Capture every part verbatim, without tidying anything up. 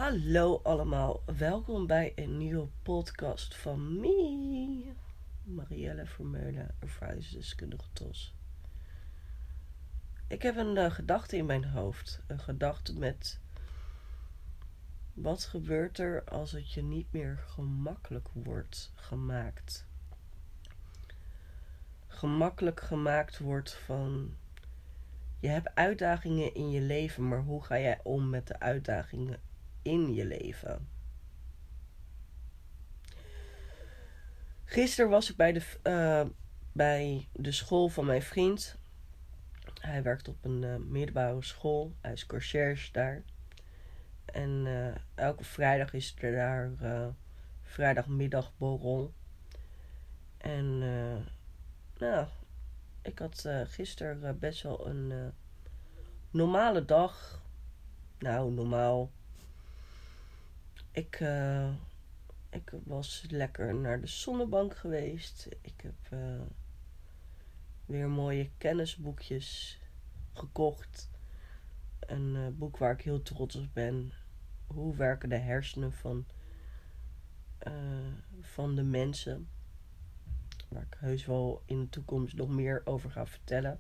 Hallo allemaal, welkom bij een nieuwe podcast van me, Marielle Vermeulen, ervaringsdeskundige T O S. Ik heb een uh, gedachte in mijn hoofd, een gedachte met wat gebeurt er als het je niet meer gemakkelijk wordt gemaakt. Gemakkelijk gemaakt wordt van, je hebt uitdagingen in je leven, maar hoe ga jij om met de uitdagingen in je leven? Gisteren was ik bij de, uh, bij de school van mijn vriend. Hij werkt op een uh, middelbare school. Hij is conciërge daar. En uh, elke vrijdag is er daar uh, vrijdagmiddagborrel. En uh, nou, ik had uh, gisteren uh, best wel een uh, normale dag. Nou, normaal. Ik... Uh, Ik was lekker naar de zonnebank geweest. Ik heb uh, weer mooie kennisboekjes gekocht. Een uh, boek waar ik heel trots op ben. Hoe werken de hersenen van, uh, van de mensen. Waar ik heus wel in de toekomst nog meer over ga vertellen.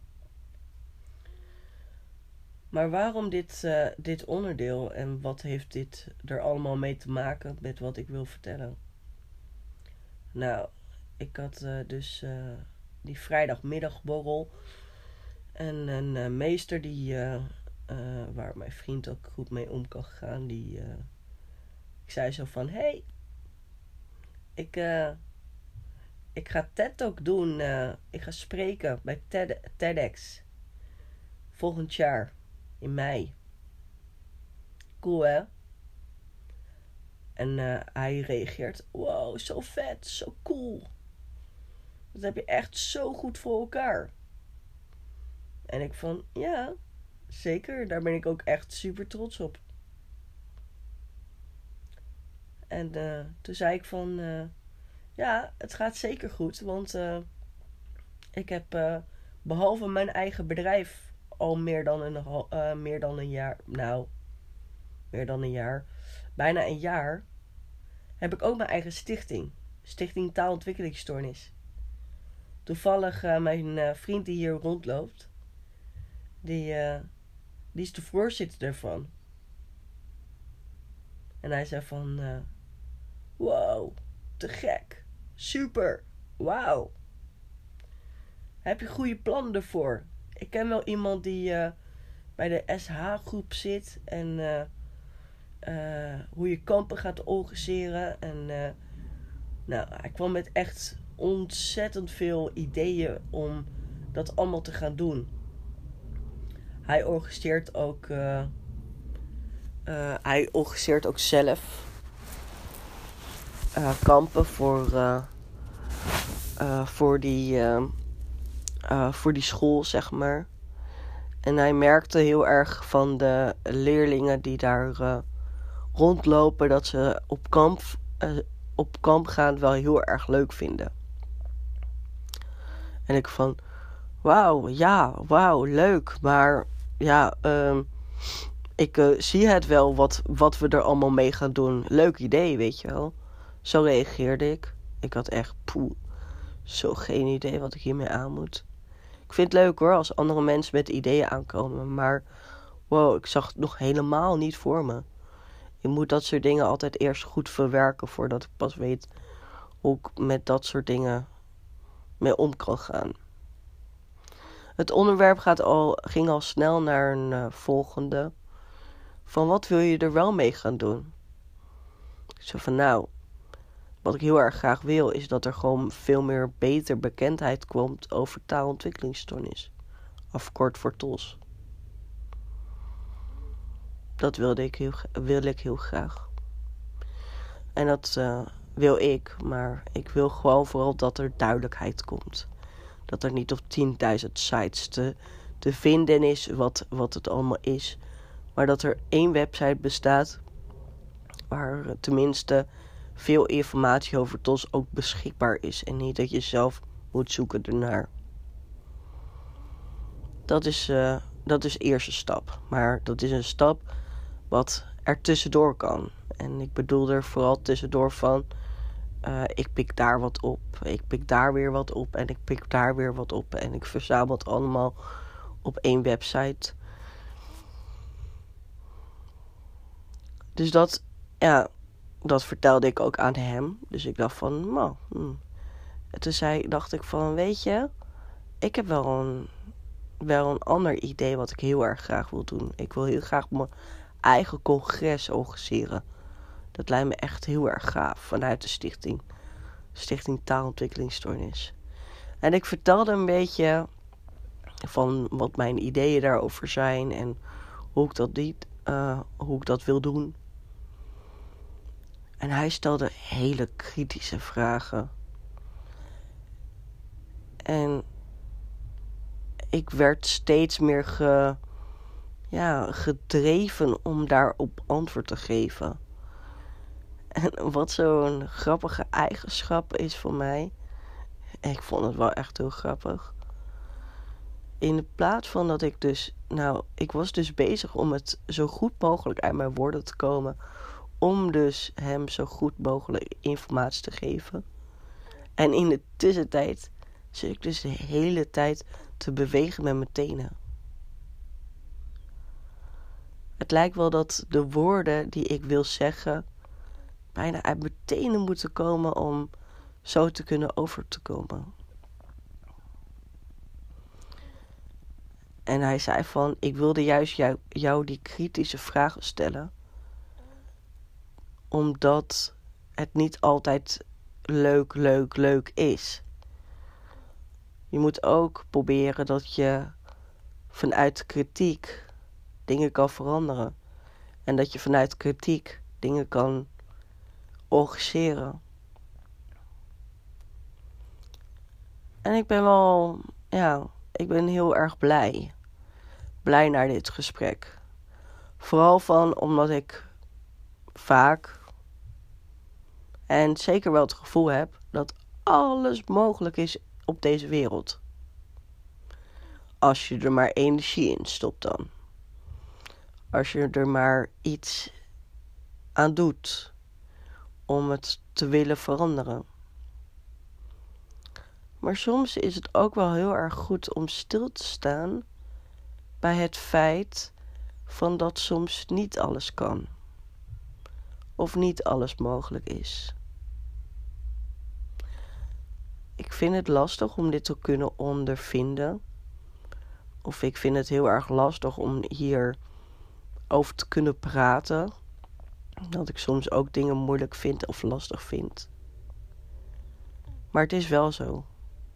Maar waarom dit, uh, dit onderdeel en wat heeft dit er allemaal mee te maken met wat ik wil vertellen? Nou, ik had uh, dus uh, die vrijdagmiddagborrel en een uh, meester die, uh, uh, waar mijn vriend ook goed mee om kan gaan, die, uh, ik zei zo van, hey, ik, uh, ik ga TED-talk doen, uh, ik ga spreken bij TED, TEDx volgend jaar. In mei. Cool, hè? En uh, hij reageert. Wow, zo vet, zo cool. Dat heb je echt zo goed voor elkaar. En ik van, ja, zeker. Daar ben ik ook echt super trots op. En uh, toen zei ik van, uh, ja, het gaat zeker goed. Want uh, ik heb uh, behalve mijn eigen bedrijf al meer dan een, uh, meer dan een jaar, nou, meer dan een jaar, bijna een jaar, heb ik ook mijn eigen stichting. Stichting Taalontwikkelingsstoornis. Toevallig uh, mijn uh, vriend die hier rondloopt, die, uh, die is de voorzitter ervan. En hij zei van, uh, wow, te gek, super, wauw. Heb je goede plannen ervoor? Ik ken wel iemand die uh, bij de S H-groep zit en uh, uh, hoe je kampen gaat organiseren. En uh, nou, hij kwam met echt ontzettend veel ideeën om dat allemaal te gaan doen. Hij organiseert ook, uh, uh, hij organiseert ook zelf uh, kampen voor, uh, uh, voor die... Uh, Uh, voor die school, zeg maar. En hij merkte heel erg van de leerlingen die daar uh, rondlopen, dat ze op kamp, uh, op kamp gaan wel heel erg leuk vinden. En ik van, wauw, ja, wauw, leuk. Maar ja, um, ik uh, zie het wel wat, wat we er allemaal mee gaan doen. Leuk idee, weet je wel. Zo reageerde ik. Ik had echt, poeh, zo geen idee wat ik hiermee aan moet. Ik vind het leuk hoor, als andere mensen met ideeën aankomen. Maar wow, ik zag het nog helemaal niet voor me. Je moet dat soort dingen altijd eerst goed verwerken voordat ik pas weet hoe ik met dat soort dingen mee om kan gaan. Het onderwerp gaat al, ging al snel naar een uh, volgende. Van wat wil je er wel mee gaan doen? Zo van nou, wat ik heel erg graag wil is dat er gewoon veel meer beter bekendheid komt over taalontwikkelingsstoornis. Afgekort voor T O S. Dat wilde ik heel, wil ik heel graag. En dat uh, wil ik, maar ik wil gewoon vooral dat er duidelijkheid komt. Dat er niet op tienduizend sites te, te vinden is wat, wat het allemaal is. Maar dat er één website bestaat waar tenminste veel informatie over T O S ook beschikbaar is. En niet dat je zelf moet zoeken ernaar. Dat is, uh, dat is de eerste stap. Maar dat is een stap wat er tussendoor kan. En ik bedoel er vooral tussendoor van... Uh, ik pik daar wat op. Ik pik daar weer wat op. En ik pik daar weer wat op. En ik verzamel het allemaal op één website. Dus dat, ja, dat vertelde ik ook aan hem. Dus ik dacht van, nou, hmm. En toen zei, dacht ik van, weet je, ik heb wel een, wel een ander idee wat ik heel erg graag wil doen. Ik wil heel graag mijn eigen congres organiseren. Dat lijkt me echt heel erg gaaf vanuit de stichting. Stichting Taalontwikkelingsstoornis. En ik vertelde een beetje van wat mijn ideeën daarover zijn en hoe ik dat, niet, uh, hoe ik dat wil doen. En hij stelde hele kritische vragen. En ik werd steeds meer ge, ja, gedreven om daarop antwoord te geven. En wat zo'n grappige eigenschap is voor mij. Ik vond het wel echt heel grappig. In plaats van dat ik dus... Nou, ik was dus bezig om het zo goed mogelijk uit mijn woorden te komen. Om dus hem zo goed mogelijk informatie te geven. En in de tussentijd zit ik dus de hele tijd te bewegen met mijn tenen. Het lijkt wel dat de woorden die ik wil zeggen bijna uit mijn tenen moeten komen om zo te kunnen over te komen. En hij zei van, ik wilde juist jou, jou die kritische vragen stellen. Omdat het niet altijd leuk, leuk, leuk is. Je moet ook proberen dat je vanuit kritiek dingen kan veranderen. En dat je vanuit kritiek dingen kan organiseren. En ik ben wel, ja, ik ben heel erg blij. Blij naar dit gesprek. Vooral van omdat ik vaak en zeker wel het gevoel heb dat alles mogelijk is op deze wereld. Als je er maar energie in stopt dan. Als je er maar iets aan doet om het te willen veranderen. Maar soms is het ook wel heel erg goed om stil te staan bij het feit van dat soms niet alles kan. Of niet alles mogelijk is. Ik vind het lastig om dit te kunnen ondervinden. Of ik vind het heel erg lastig om hier over te kunnen praten. Dat ik soms ook dingen moeilijk vind of lastig vind. Maar het is wel zo.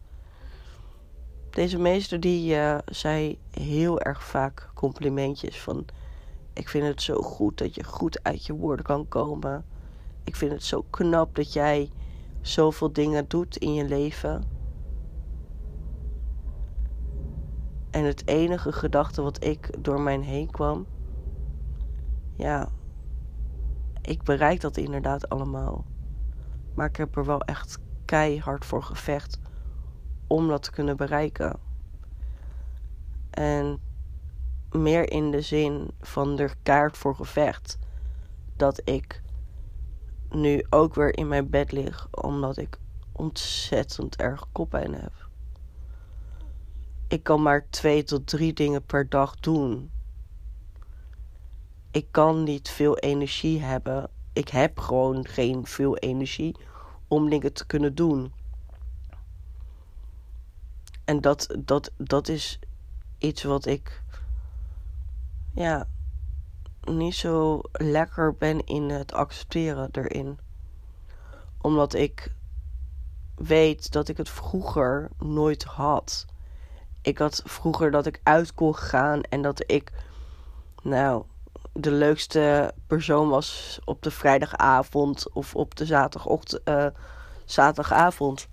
Deze meester die uh, zei heel erg vaak complimentjes van... Ik vind het zo goed dat je goed uit je woorden kan komen. Ik vind het zo knap dat jij zoveel dingen doet in je leven. En het enige gedachte wat ik door mij heen kwam... Ja, ik bereik dat inderdaad allemaal. Maar ik heb er wel echt keihard voor gevecht om dat te kunnen bereiken. En meer in de zin van er keihard voor gevecht. Dat ik nu ook weer in mijn bed lig omdat ik ontzettend erg koppijn heb. Ik kan maar twee tot drie dingen per dag doen. Ik kan niet veel energie hebben. Ik heb gewoon geen veel energie om dingen te kunnen doen. En dat, dat, dat is iets wat ik... Ja... niet zo lekker ben in het accepteren erin. Omdat ik weet dat ik het vroeger nooit had. Ik had vroeger dat ik uit kon gaan en dat ik, nou, de leukste persoon was op de vrijdagavond of op de zaterdagochtend, uh, zaterdagavond.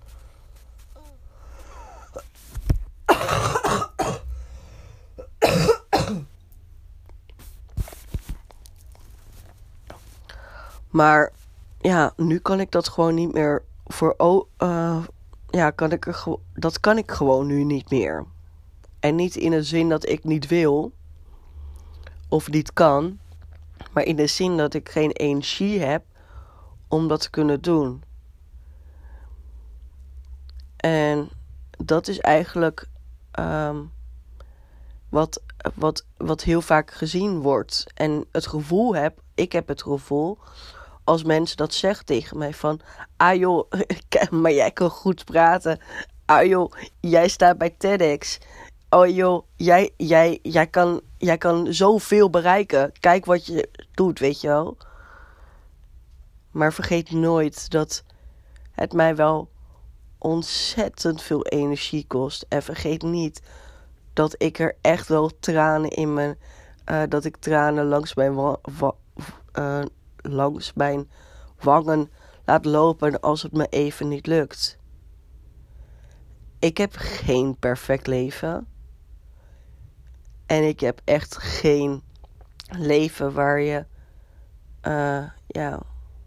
Maar ja, nu kan ik dat gewoon niet meer voor... Oh, uh, ja, kan ik er ge- dat kan ik gewoon nu niet meer. En niet in de zin dat ik niet wil of niet kan. Maar in de zin dat ik geen energie heb om dat te kunnen doen. En dat is eigenlijk um, wat, wat, wat heel vaak gezien wordt. En het gevoel heb, ik heb het gevoel, als mensen dat zeggen tegen mij van, ah joh, maar jij kan goed praten. Ah joh, jij staat bij TEDx. Oh joh, jij, jij, jij, kan, jij kan zoveel bereiken. Kijk wat je doet, weet je wel. Maar vergeet nooit dat het mij wel ontzettend veel energie kost. En vergeet niet dat ik er echt wel tranen in mijn... Uh, dat ik tranen langs mijn, wa- wa- uh, langs mijn wangen laat lopen als het me even niet lukt. Ik heb geen perfect leven. En ik heb echt geen leven waar je... Uh, ja...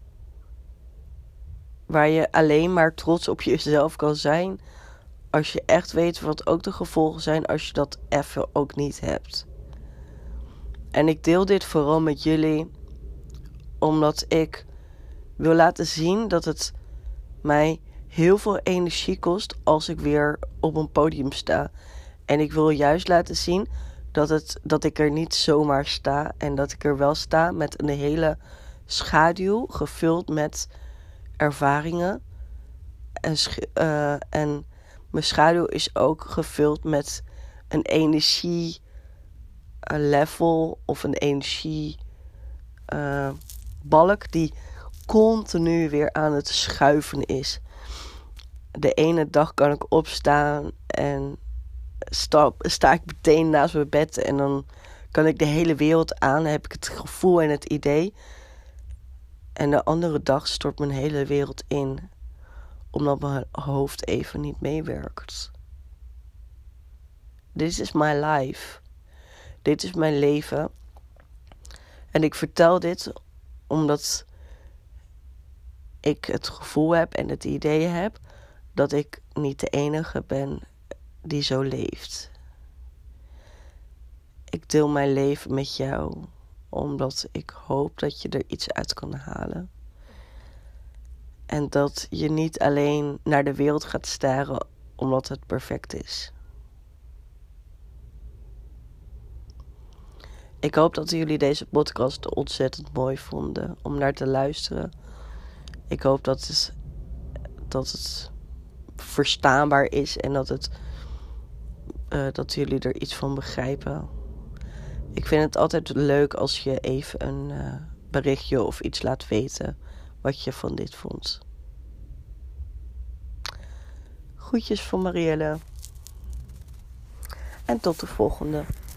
waar je alleen maar trots op jezelf kan zijn, als je echt weet wat ook de gevolgen zijn als je dat even ook niet hebt. En ik deel dit vooral met jullie, omdat ik wil laten zien dat het mij heel veel energie kost als ik weer op een podium sta. En ik wil juist laten zien dat, het, dat ik er niet zomaar sta en dat ik er wel sta met een hele schaduw gevuld met ervaringen. En, uh, en mijn schaduw is ook gevuld met een energie uh, level of een energie uh, balk die continu weer aan het schuiven is. De ene dag kan ik opstaan en sta, sta ik meteen naast mijn bed en dan kan ik de hele wereld aan. Dan heb ik het gevoel en het idee. En de andere dag stort mijn hele wereld in, omdat mijn hoofd even niet meewerkt. This is my life. Dit is mijn leven. En ik vertel dit omdat ik het gevoel heb en het idee heb dat ik niet de enige ben die zo leeft. Ik deel mijn leven met jou omdat ik hoop dat je er iets uit kan halen. En dat je niet alleen naar de wereld gaat staren omdat het perfect is. Ik hoop dat jullie deze podcast ontzettend mooi vonden om naar te luisteren. Ik hoop dat het, dat het verstaanbaar is en dat, het, uh, dat jullie er iets van begrijpen. Ik vind het altijd leuk als je even een uh, berichtje of iets laat weten wat je van dit vond. Groetjes van Marielle. En tot de volgende.